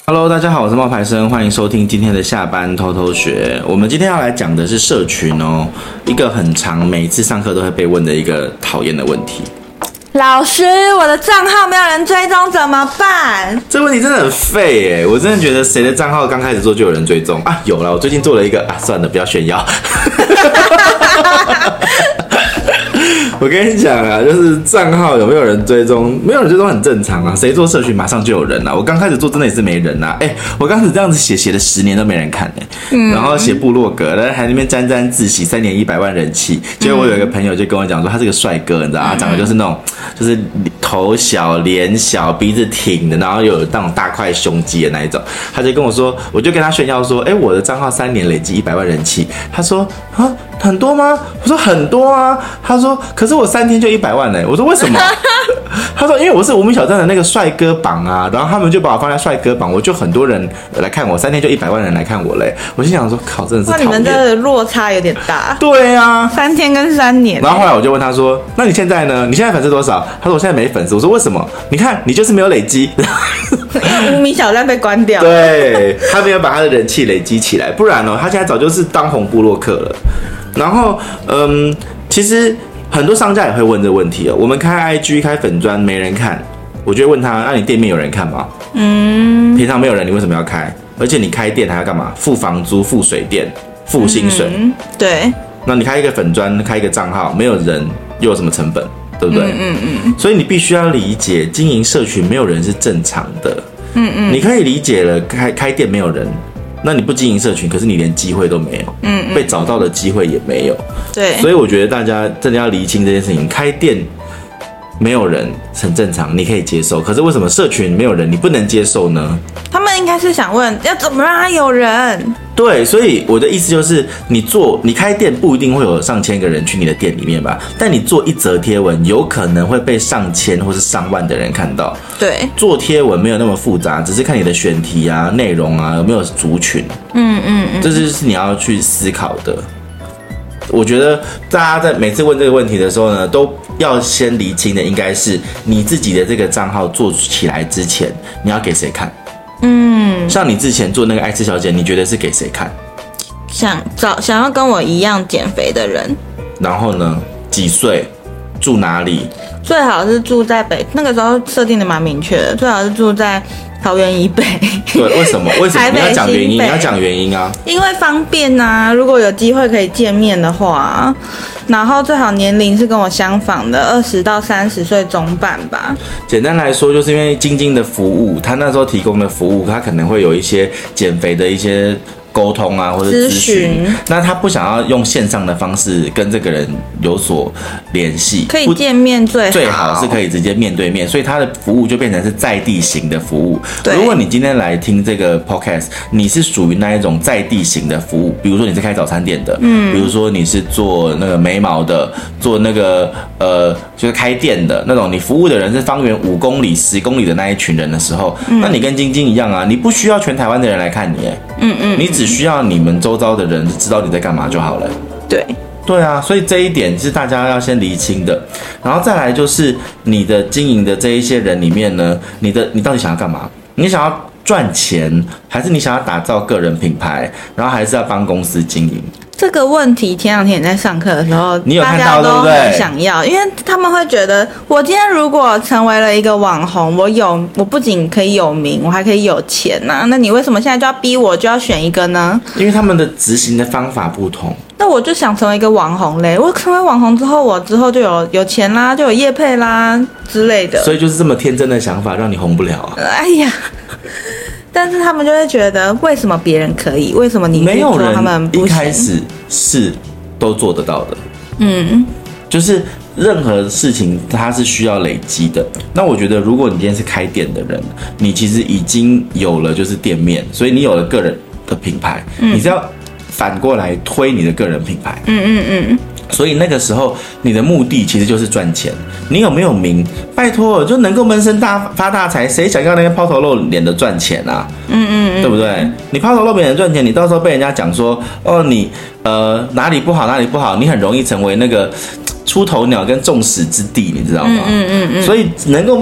Hello， 大家好，我是冒牌生，欢迎收听今天的下班偷偷学。我们今天要来讲的是社群哦，一个很长，每一次上课都会被问的一个讨厌的问题。 老师，我的账号没有人追踪怎么办？ 这个问题真的很废耶！我真的觉得谁的账号刚开始做就有人追踪啊？有了，我最近做了一个啊，算了，不要炫耀。我跟你讲啊，就是账号有没有人追踪，没有人追踪很正常啊。谁做社群马上就有人啊。我刚开始做真的也是没人啊。我刚开始这样子写了10年都没人看然后写部落格，然后还那边沾沾自喜，3年100万人气。结果我有一个朋友就跟我讲说，他是个帅哥，你知道他长得就是那种，就是头小、脸小、鼻子挺的，然后有那种大块胸肌的那一种。他就跟我说，我就跟他炫耀说，我的账号3年累积100万人气。他说啊，很多吗？我说很多啊。他说，可是我3天就100万我说为什么？他说因为我是无名小站的那个帅哥榜啊，然后他们就把我放在帅哥榜，我就很多人来看我，3天就100万人来看我嘞。我心想说，靠，真的是讨厌。 哇，你们这落差有点大。 对啊 ，3天跟3年。 然后后来我就问他说，那你现在呢？你现在粉丝多少？他说我现在没粉丝。我说为什么？你看你就是没有累积。 因为无名小站被关掉。 对，他没有把他的人气累积起来，不然他现在早就是当红部落客了。然后其实很多商家也会问这个问题我们开 IG 开粉专没人看，我就会问他，那你店面有人看吗？平常没有人，你为什么要开？而且你开店还要干嘛？付房租、付水电、付薪水。 对。那你开一个粉专，开一个账号，没有人又有什么成本？对不对？所以你必须要理解，经营社群没有人是正常的。你可以理解了，开店没有人。那你不经营社群，可是你连机会都没有，被找到的机会也没有。 对， 所以我觉得大家真的要厘清这件事情。开店没有人很正常，你可以接受。可是为什么社群没有人，你不能接受呢？ 他们应该是想问，要怎么让他有人？ 对，所以我的意思就是，你开店不一定会有上千个人去你的店里面吧，但你做一则贴文，有可能会被上千或是上万的人看到。 对，做贴文没有那么复杂，只是看你的选题啊、内容啊有没有族群。这就是你要去思考的。我觉得大家在每次问这个问题的时候呢，都要先厘清的应该是你自己的这个账号做起来之前，你要给谁看？像你之前做那个爱吃小姐，你觉得是给谁看？ 想要跟我一样减肥的人。然后呢？几岁？住哪里？ 最好是住在那个时候设定的蛮明确的，最好是住在桃园以北。 对，为什么？你要讲原因，你要讲原因啊。因为方便啊，如果有机会可以见面的话，然后最好年龄是跟我相仿的，20到30岁中半吧。 简单来说，就是因为晶晶的服务，他那时候提供的服务，他可能会有一些减肥的一些沟通啊，或者咨询，那他不想要用线上的方式跟这个人有所联系， 可以见面最好是可以直接面对面，所以他的服务就变成是在地型的服务。如果你今天来听这个 podcast， 你是属于那一种在地型的服务，比如说你是开早餐店的，比如说你是做那个眉毛的，做那个就是开店的那种，你服务的人是方圆5公里、10公里的那一群人的时候，那你跟晶晶一样啊，你不需要全台湾的人来看你，你只需要你们周遭的人知道你在干嘛就好了。对啊，所以这一点是大家要先厘清的。然后再来就是你的经营的这一些人里面呢，你到底想要干嘛？你想要赚钱，还是你想要打造个人品牌，然后还是要帮公司经营？ 这个问题前2天你在上课的时候， 你有看到对不对？ 大家都很想要，因为他们会觉得，我今天如果成为了一个网红，我不仅可以有名，我还可以有钱啊。那你为什么现在就要逼我就要选一个呢？ 因为他们的执行的方法不同。 那我就想成为一个网红嘞，我成为网红之后，我之后就有钱啦，就有业配啦之类的。 所以就是这么天真的想法，让你红不了啊！ 哎呀。但是他们就会觉得，为什么别人可以，为什么你没有人他们不行？ 一开始是都做得到的。就是任何事情它是需要累积的。那我觉得，如果你今天是开店的人，你其实已经有了就是店面，所以你有了个人的品牌，你是要反过来推你的个人品牌。所以那个时候你的目的其实就是赚钱。你有没有名？拜托，就能够闷声发大财，谁想要那个抛头露脸的赚钱啊？对不对？你抛头露脸的赚钱，你到时候被人家讲说，你哪里不好哪里不好，你很容易成为那个出头鸟跟众矢之的，你知道吗？所以能够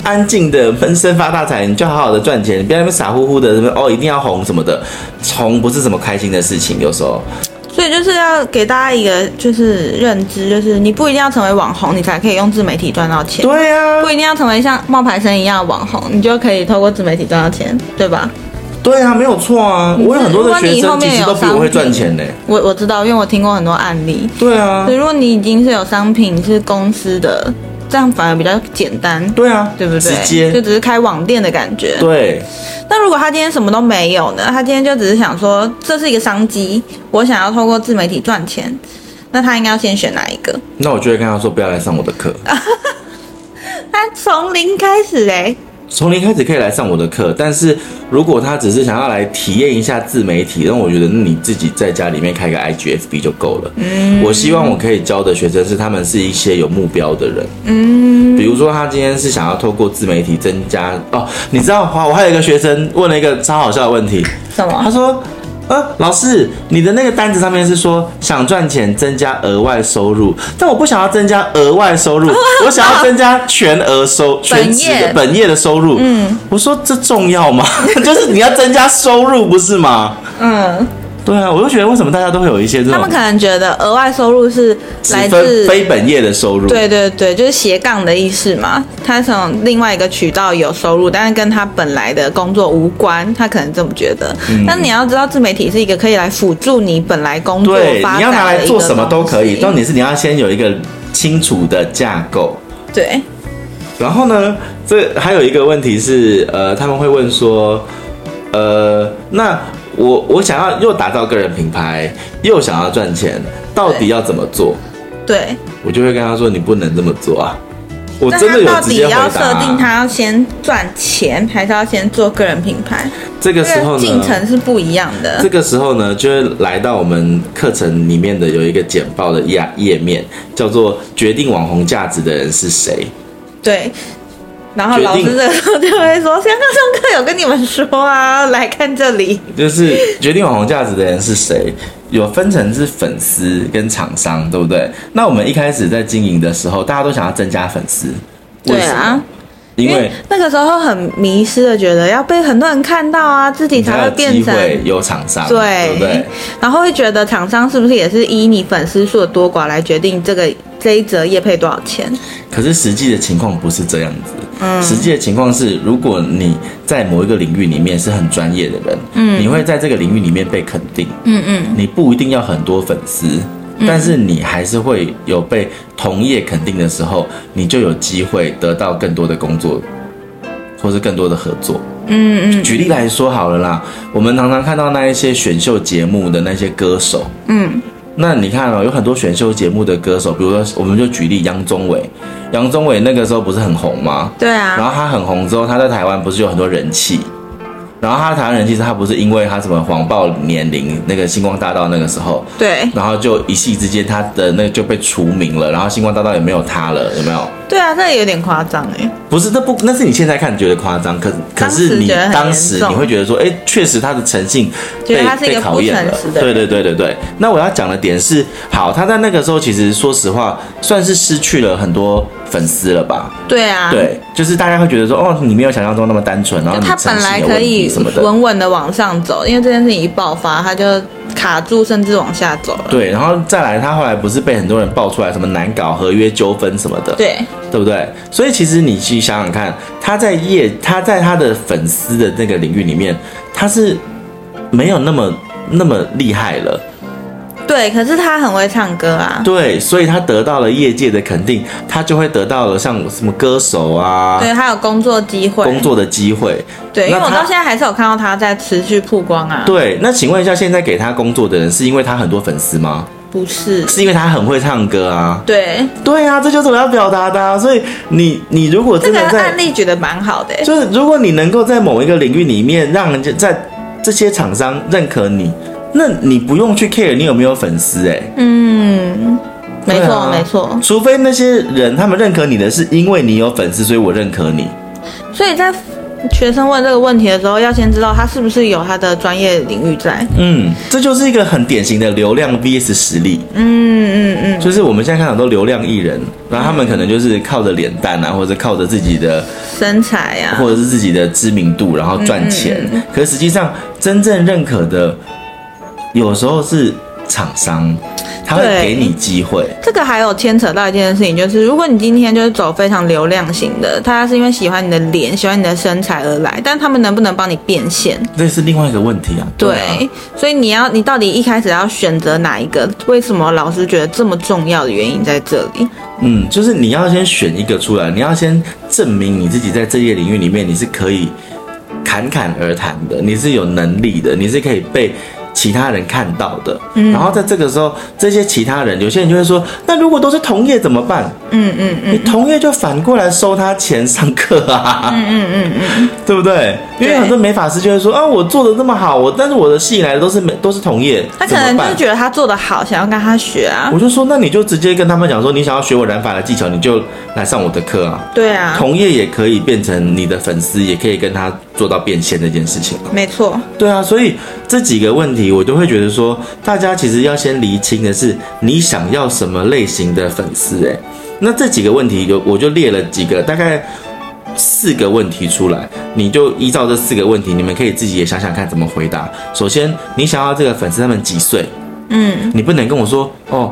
安静的闷声发大财，你就好好的赚钱，你不要那么傻乎乎的一定要红什么的，红不是什么开心的事情，有时候。 所以就是要给大家一个就是认知，就是你不一定要成为网红，你才可以用自媒体赚到钱。 对啊， 不一定要成为像冒牌生一样的网红，你就可以透过自媒体赚到钱，对吧？ 对啊，没有错啊。我有很多的学生其实都比我会赚钱呢。 我知道，因为我听过很多案例。 对啊。 所以如果你已经是有商品是公司的，这样反而比较简单。 对啊， 对不对？ 直接就只是开网店的感觉。 对。 那如果他今天什么都没有呢？他今天就只是想说这是一个商机，我想要透过自媒体赚钱，那他应该要先选哪一个？ 那我就会跟他说不要来上我的课。 他从零开始从零开始可以来上我的课，但是如果他只是想要来体验一下自媒体，那我觉得你自己在家里面开个 IGFB 就够了。我希望我可以教的学生是他们是一些有目标的人。比如说他今天是想要透过自媒体增加你知道我还有一个学生问了一个超好笑的问题。 什么？ 他说老师，你的那个单子上面是说想赚钱增加额外收入，但我不想要增加额外收入，我想要增加全额全职的本业的收入。我说这重要吗？就是你要增加收入不是吗？对啊，我就觉得为什么大家都会有一些这种， 他们可能觉得额外收入是来自非本业的收入。 对对对，就是斜杠的意思嘛。他从另外一个渠道有收入，但是跟他本来的工作无关，他可能这么觉得。但你要知道，自媒体是一个可以来辅助你本来工作发展的一个东西。 对，你要拿来做什么都可以，重点是你要先有一个清楚的架构。 对。 然后呢，这还有一个问题是，他们会问说，那我想要又打造个人品牌，又想要赚钱，到底要怎么做？ 对， 我就会跟他说，你不能这么做啊！我真的有直接回答。 那他到底要设定他要先赚钱，还是要先做个人品牌？ 这个时候呢， 进程是不一样的。 这个时候呢，就会来到我们课程里面的有一个简报的页面，叫做“决定网红价值的人是谁”。 对。然后老师这时候就会说：“上课有跟你们说啊，来看这里。”就是决定网红价值的人是谁，有分成是粉丝跟厂商，对不对？那我们一开始在经营的时候，大家都想要增加粉丝， 对啊， 因为那个时候很迷失的，觉得要被很多人看到啊，自己才会变成有厂商， 对不对？ 然后会觉得厂商是不是也是依你粉丝数的多寡来决定这一则业配多少钱？ 可是实际的情况不是这样子。实际的情况是，如果你在某一个领域里面是很专业的人，你会在这个领域里面被肯定。你不一定要很多粉丝，但是你还是会有被同业肯定的时候，你就有机会得到更多的工作，或是更多的合作。举例来说好了啦，我们常常看到那一些选秀节目的那些歌手，那你看有很多选秀节目的歌手，比如说我们就举例杨宗纬那个时候不是很红吗？ 对啊。 然后他很红之后，他在台湾不是有很多人气，然后他台湾人气他不是因为他什么谎报年龄，那个星光大道那个时候， 对， 然后就一夕之间他的那个就被除名了，然后星光大道也没有他了，有没有？ 对啊，这有点夸张不是，那是你现在看觉得夸张，可是你当时你会觉得说，确实他的诚信被考验了。对。那我要讲的点是，好，他在那个时候其实说实话算是失去了很多粉丝了吧？ 对啊， 对，就是大家会觉得说，你没有想象中那么单纯，然后你他本来可以稳稳的往上走，因为这件事情一爆发，他就卡住，甚至往下走了。 对，然后再来，他后来不是被很多人爆出来什么难搞合约纠纷什么的，对不对？所以其实你去想想看，他在他的粉丝的那个领域里面，他是没有那么厉害了。 对，可是他很会唱歌啊。 对，所以他得到了业界的肯定，他就会得到了像什么歌手啊， 对，还有工作的机会。对，因为我到现在还是有看到他在持续曝光啊。 对，那请问一下，现在给他工作的人是因为他很多粉丝吗？ 不是， 是因为他很会唱歌啊。 对啊，这就是我要表达的啊。所以你如果真的这个案例觉得蛮好的， 就是如果你能够在某一个领域里面让人家在这些厂商认可你，那你不用去 care 你有没有粉丝没错。 除非那些人他们认可你的是因为你有粉丝，所以我认可你。 所以在学生问这个问题的时候，要先知道他是不是有他的专业领域在。 这就是一个很典型的流量 VS 实力。就是我们现在看到很多流量艺人，然后他们可能就是靠着脸蛋啊，或者靠着自己的身材啊， 或者是自己的知名度，然后赚钱。可是实际上，真正认可的，有时候是厂商。他会给你机会。 这个还有牵扯到一件事情，就是如果你今天就是走非常流量型的，他是因为喜欢你的脸、喜欢你的身材而来，但他们能不能帮你变现， 这是另外一个问题啊。 对，所以你到底一开始要选择哪一个？为什么老师觉得这么重要的原因在这里？ 就是你要先选一个出来，你要先证明你自己在这些领域里面你是可以侃侃而谈的，你是有能力的，你是可以被其他人看到的，然后在这个时候，这些其他人，有些人就会说，那如果都是同业怎么办？你同业就反过来收他钱上课啊，对不对？因为很多美发师就会说，啊，我做的那么好，但是我的吸引来的都是同业， 他可能就觉得他做的好，想要跟他学啊。 我就说，那你就直接跟他们讲说，你想要学我染发的技巧，你就来上我的课啊。 对啊， 同业也可以变成你的粉丝，也可以跟他做到变现这件事情。 没错。 对啊，所以这几个问题我都会觉得说，大家其实要先厘清的是你想要什么类型的粉丝。那这几个问题我就列了几个，大概4个问题出来，你就依照这4个问题，你们可以自己也想想看怎么回答。首先，你想要这个粉丝他们几岁？你不能跟我说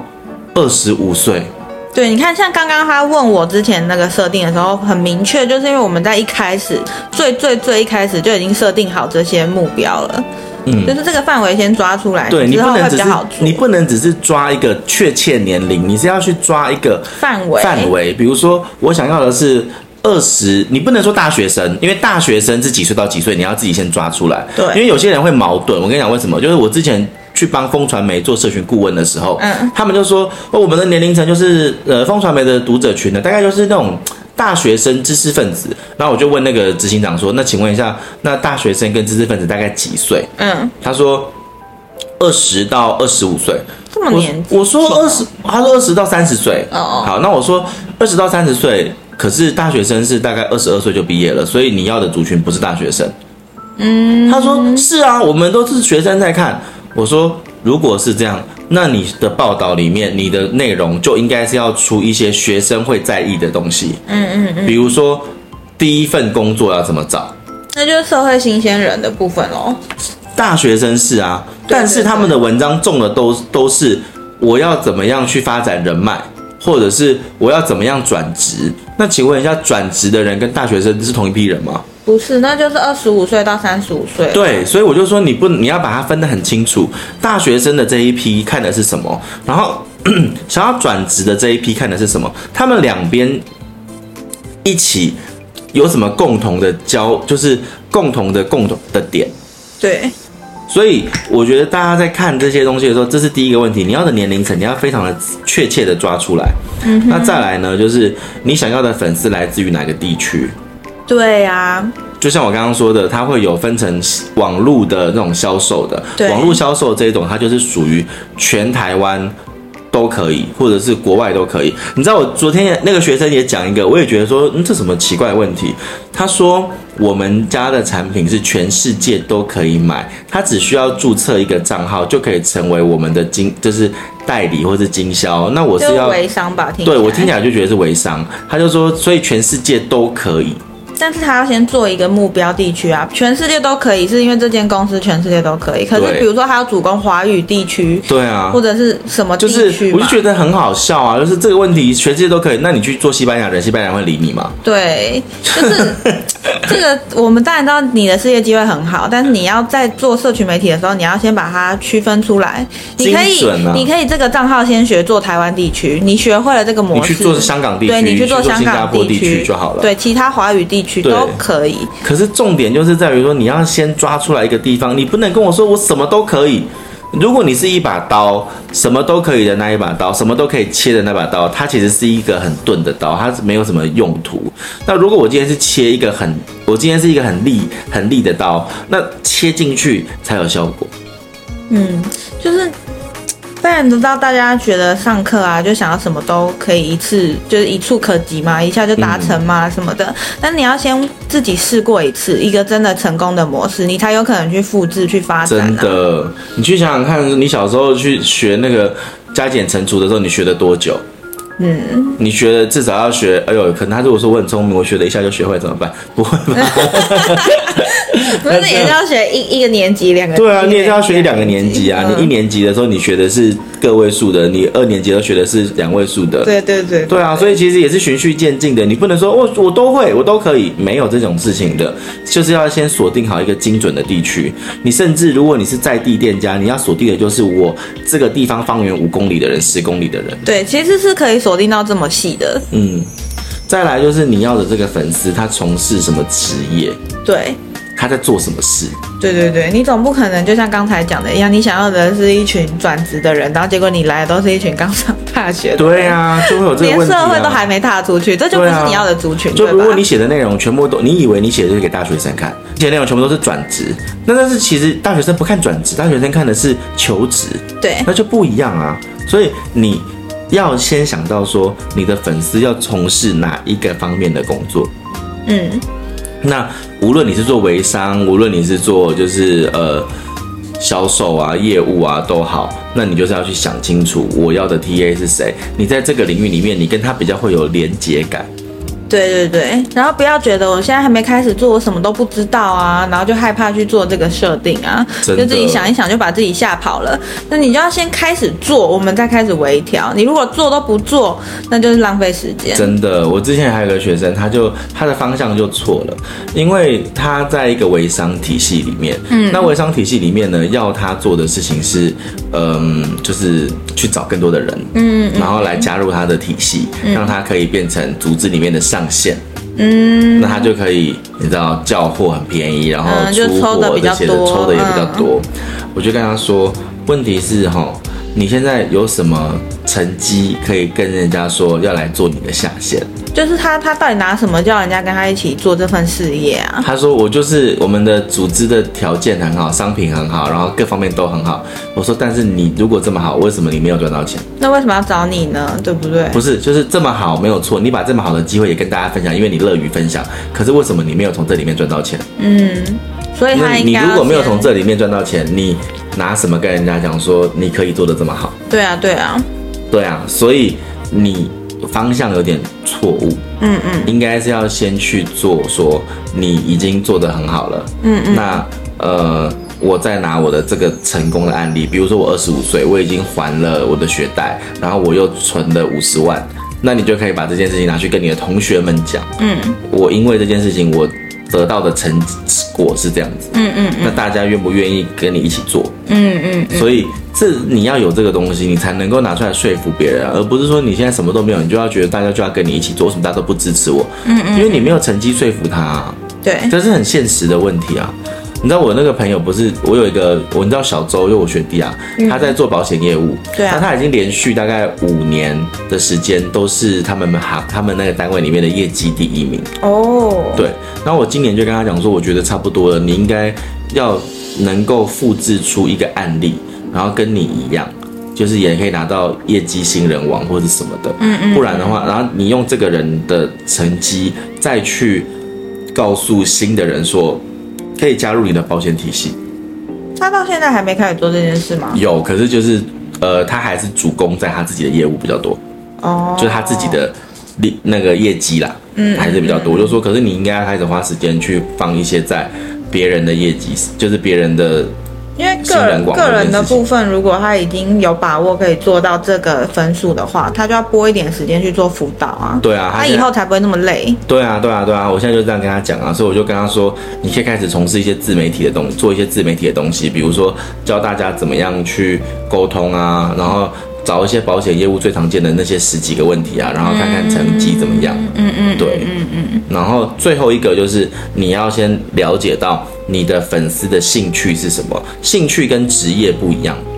25岁。 对，你看，像刚刚他问我之前那个设定的时候，很明确，就是因为我们在一开始最一开始就已经设定好这些目标了。就是这个范围先抓出来， 对， 之后会比较好做。 你不能只是抓一个确切年龄，你是要去抓一个范围。比如说，我想要的是20，你不能说大学生，因为大学生是几岁到几岁，你要自己先抓出来。 对， 因为有些人会矛盾。我跟你讲为什么？就是我之前去帮风传媒做社群顾问的时候，他们就说，我们的年龄层就是风传媒的读者群呢，大概就是那种大学生知识分子。然后我就问那个执行长说，那请问一下，那大学生跟知识分子大概几岁？他说20到25岁。 这么年轻？ 我说20，他说20到30岁。好，那我说20到30岁，可是大学生是大概22岁就毕业了，所以你要的族群不是大学生。他说是啊，我们都是学生在看。我说如果是这样，那你的报道里面，你的内容就应该是要出一些学生会在意的东西。比如说第一份工作要怎么找， 那就是社会新鲜人的部分咯。 大学生是啊，但是他们的文章中的都是我要怎么样去发展人脉，或者是我要怎么样转职。那请问一下，转职的人跟大学生是同一批人吗？ 不是，那就是25岁到35岁。 对，所以我就说你要把它分得很清楚。大学生的这一批看的是什么，然后想要转职的这一批看的是什么，他们两边一起有什么共同的就是共同的点。 对。 所以我觉得大家在看这些东西的时候，这是第一个问题，你要的年龄层你要非常的确切的抓出来。那再来呢，就是你想要的粉丝来自于哪个地区？对啊，就像我刚刚说的，它会有分成网络的那种销售的，网络销售这一种，它就是属于全台湾都可以，或者是国外都可以。你知道我昨天那个学生也讲一个，我也觉得说，这什么奇怪的问题？他说我们家的产品是全世界都可以买，他只需要注册一个账号就可以成为我们的就是代理或是经销。那我是要微商吧？ 对，我听起来就觉得是微商。他就说，所以全世界都可以。 但是他要先做一个目标地区啊，全世界都可以，是因为这间公司全世界都可以。可是比如说他要主攻华语地区，对啊，或者是什么地区嘛，就是我就觉得很好笑啊，就是这个问题全世界都可以，那你去做西班牙人，西班牙人会理你吗？对， 就是这个我们当然知道你的事业机会很好，但是你要在做社群媒体的时候，你要先把它区分出来。你可以这个账号先学做台湾地区，你学会了这个模式， 你去做香港地区， 对，你去做香港地区就好了。 对，其他华语地区都可以。 可是重点就是在于说，你要先抓出来一个地方，你不能跟我说我什么都可以。如果你是一把刀，什么都可以的那一把刀，什么都可以切的那把刀，它其实是一个很钝的刀，它没有什么用途。那如果我今天是切一个我今天是一个很利的刀，那切进去才有效果。 就是不然知道大家觉得上课啊，就想要什么都可以一次就是一触可及嘛，一下就达成嘛什么的。但你要先自己试过一次，一个真的成功的模式，你才有可能去复制去发展。 真的，你去想想看，你小时候去学那个加减乘除的时候，你学了多久？你学的至少要学，哎呦，可能他如果说我很聪明，我学了一下就学会怎么办？不会吧？ 不是，你也是要学一个年级2个。 对啊，你也是要学2个年级啊。你1年级的时候你学的是个位数的，你2年级都学的是2位数的。 对对对。 对啊，所以其实也是循序渐进的。你不能说我都会，我都可以，没有这种事情的。就是要先锁定好一个精准的地区。你甚至如果你是在地店家，你要锁定的就是我这个地方方圆5公里的人、10公里的人。 对，其实是可以锁定到这么细的。 再来就是你要的这个粉丝，他从事什么职业？ 对。 他在做什么事？ 对对对，你总不可能就像刚才讲的一样，你想要的是一群转职的人，然后结果你来的都是一群刚上大学的。 对啊，就会有这个问题、啊。 连社会都还没踏出去，这就不是你要的族群。 就如果你写的内容全部都，你以为你写的就是给大学生看，你写的内容全部都是转职，但是其实大学生不看转职，大学生看的是求职。 对， 那就不一样啊。所以你要先想到说，你的粉丝要从事哪一个方面的工作。那无论你是做微商，无论你是做就是销售啊、业务啊都好，那你就是要去想清楚我要的 TA 是谁。你在这个领域里面，你跟他比较会有连结感。 对对对，然后不要觉得我现在还没开始做，我什么都不知道啊，然后就害怕去做这个设定啊，就自己想一想就把自己吓跑了。那你就要先开始做，我们再开始微调。你如果做都不做，那就是浪费时间。 真的，我之前还有个学生，他的方向就错了，因为他在一个微商体系里面，那微商体系里面呢，要他做的事情是，就是去找更多的人，然后来加入他的体系，让他可以变成组织里面的上线，那他就可以，你知道，叫货很便宜，然后出货这些的抽的也比较多。我就跟他说，问题是你现在有什么成绩可以跟人家说要来做你的下线？ 就是他到底拿什么叫人家跟他一起做这份事业啊？ 他说我就是我们的组织的条件很好，商品很好，然后各方面都很好。我说但是你如果这么好，为什么你没有赚到钱？ 那为什么要找你呢？对不对？ 不是，就是这么好没有错，你把这么好的机会也跟大家分享，因为你乐于分享。可是为什么你没有从这里面赚到钱？ 所以他应该你如果没有从这里面赚到钱，你拿什么跟人家讲说你可以做得这么好？ 对啊，对啊， 对啊，所以你方向有点错误。应该是要先去做，说你已经做得很好了。那我再拿我的这个成功的案例，比如说我25岁，我已经还了我的学贷，然后我又存了50万，那你就可以把这件事情拿去跟你的同学们讲。我因为这件事情我得到的成果是这样子。那大家愿不愿意跟你一起做？所以你要有这个东西，你才能够拿出来说服别人，而不是说你现在什么都没有，你就要觉得大家就要跟你一起做，为什么大家都不支持我？因为你没有成绩说服他啊。 对， 这是很现实的问题啊。你知道我那个朋友不是，我有一个，你知道小周，就我学弟啊，他在做保险业务， 对啊， 那他已经连续大概5年的时间都是他们那个单位里面的业绩第1名。对，然后我今年就跟他讲说，我觉得差不多了，你应该要能够复制出一个案例，然后跟你一样，就是也可以拿到业绩新人王或者什么的。不然的话，然后你用这个人的成绩再去告诉新的人说，可以加入你的保险体系。 他到现在还没开始做这件事吗？ 有，可是就是他还是主攻在他自己的业务比较多。就是他自己的那个业绩啦，还是比较多。我就说，可是你应该要开始花时间去放一些在别人的业绩，就是别人的。 因为个人的部分，如果他已经有把握可以做到这个分数的话，他就要拨一点时间去做辅导啊。 对啊， 他以后才不会那么累。 对啊，我现在就这样跟他讲啊，所以我就跟他说，你可以开始从事一些自媒体的东西，做一些自媒体的东西，比如说教大家怎么样去沟通啊，然后找一些保险业务最常见的那些10几个问题啊，然后看看成绩怎么样。对，然后最后一个就是你要先了解到你的粉丝的兴趣是什么，兴趣跟职业不一样。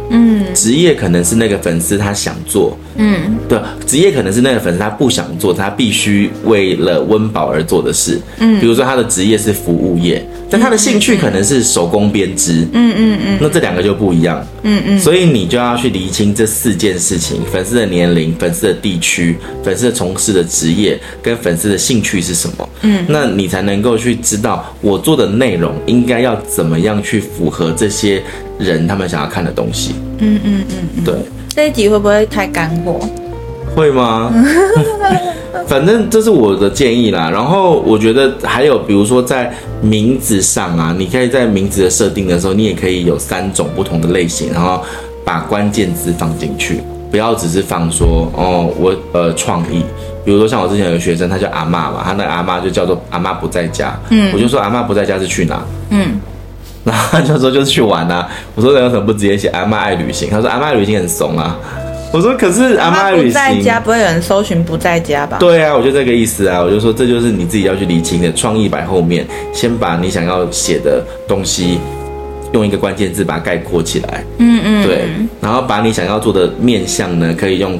职业可能是那个粉丝他想做，对，职业可能是那个粉丝他不想做，他必须为了温饱而做的事，比如说他的职业是服务业，但他的兴趣可能是手工编织，那这两个就不一样，所以你就要去厘清这4件事情：粉丝的年龄、粉丝的地区、粉丝的从事的职业跟粉丝的兴趣是什么，那你才能够去知道我做的内容应该要怎么样去符合这些人他们想要看的东西。对， 这一集会不会太干货？ 会吗？反正这是我的建议啦。然后我觉得还有，比如说在名字上啊，你可以在名字的设定的时候，你也可以有3种不同的类型，然后把关键字放进去，不要只是放说我创意。比如说像我之前有个学生，他叫阿嬷嘛，他那个阿嬷就叫做阿嬷不在家，我就说阿嬷不在家是去哪？然后他就说就是去玩啊。我说人有什么不直接写阿嬷爱旅行？他说阿嬷爱旅行很怂啊。我说可是阿嬷爱旅行不在家，不会有人搜寻不在家吧？ 对啊，我就这个意思啊。我就说这就是你自己要去理清的，创意摆后面，先把你想要写的东西用一个关键字把它概括起来。对，然后把你想要做的面向呢，可以用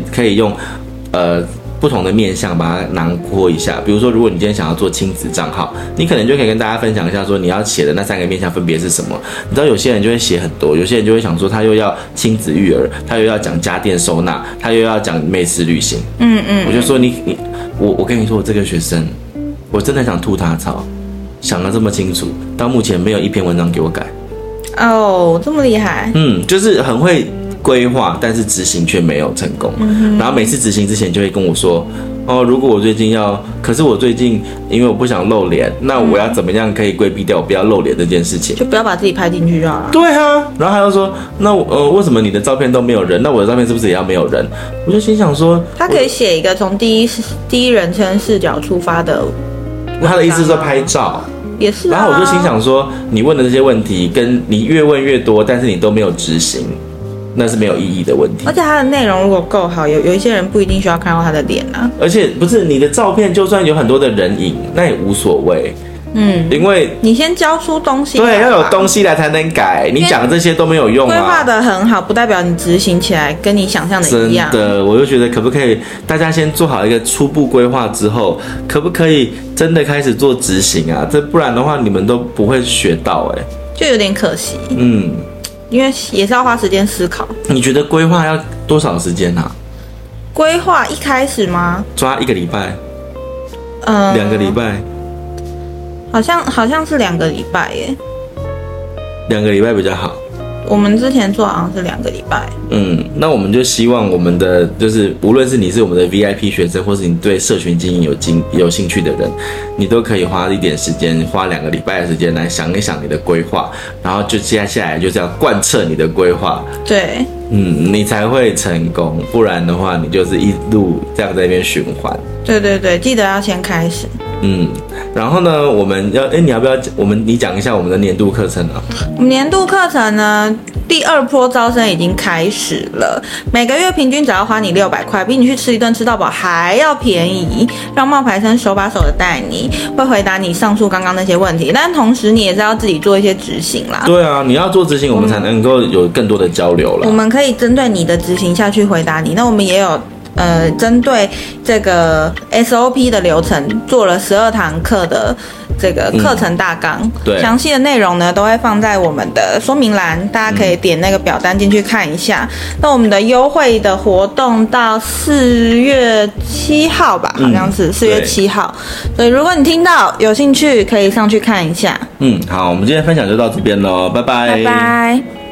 不同的面向把它囊括一下。比如说如果你今天想要做亲子账号，你可能就可以跟大家分享一下说你要写的那3个面向分别是什么。你知道有些人就会写很多，有些人就会想说他又要亲子育儿，他又要讲家电收纳，他又要讲美食旅行。我就说我跟你说，我这个学生我真的想吐他槽，想得这么清楚，到目前没有一篇文章给我改。 哦，这么厉害。 就是很会规划，但是执行却没有成功。然后每次执行之前就会跟我说，如果我最近可是我最近因为我不想露脸，那我要怎么样可以规避掉我不要露脸这件事情？ 就不要把自己拍进去就好了。 对啊，然后他就说，那为什么你的照片都没有人？那我的照片是不是也要没有人？我就心想说， 他可以写一个从第一人称视角出发的， 他的意思是说拍照。 也是然后我就心想说，你问的这些问题，跟你越问越多，但是你都没有执行，那是没有意义的问题。 而且它的内容如果够好，有一些人不一定需要看到他的脸啊。 而且不是你的照片，就算有很多的人影，那也无所谓。因为你先交出东西， 对，要有东西来才能改。你讲这些都没有用啊。 规划的很好，不代表你执行起来跟你想象的一样。 真的，我就觉得可不可以大家先做好一个初步规划之后，可不可以真的开始做执行啊？这不然的话，你们都不会学到就有点可惜。因为也是要花时间思考。 你觉得规划要多少时间啊？ 规划一开始吗？ 抓1个礼拜，2个礼拜， 好像是2个礼拜耶。 2个礼拜比较好。 我们之前做好像是2个礼拜。 那我们就希望我们的就是无论是你是我们的 VIP 学生，或是你对社群经营有兴趣的人，你都可以花一点时间，花2个礼拜的时间来想一想你的规划，然后就接下来就这样贯彻你的规划。 对， 你才会成功，不然的话你就是一路这样在那边循环。 对，记得要先开始。 然后呢，我们要你要不要你讲一下我们的年度课程啊？ 我们年度课程呢，第2波招生已经开始了，每个月平均只要花你600块，比你去吃一顿吃到饱还要便宜。让冒牌生手把手的带你，会回答你上述刚刚那些问题，但同时你也是要自己做一些执行啦。 对啊，你要做执行，我们才能够有更多的交流了。 我们可以针对你的执行下去回答你。那我们也有针对这个 SOP 的流程做了12堂课的这个课程大纲， 对， 详细的内容呢都会放在我们的说明栏，大家可以点那个表单进去看一下。那我们的优惠的活动到4月7号吧，好像是4月7号，所以如果你听到有兴趣，可以上去看一下。 好，我们今天分享就到这边咯，拜拜， 拜拜。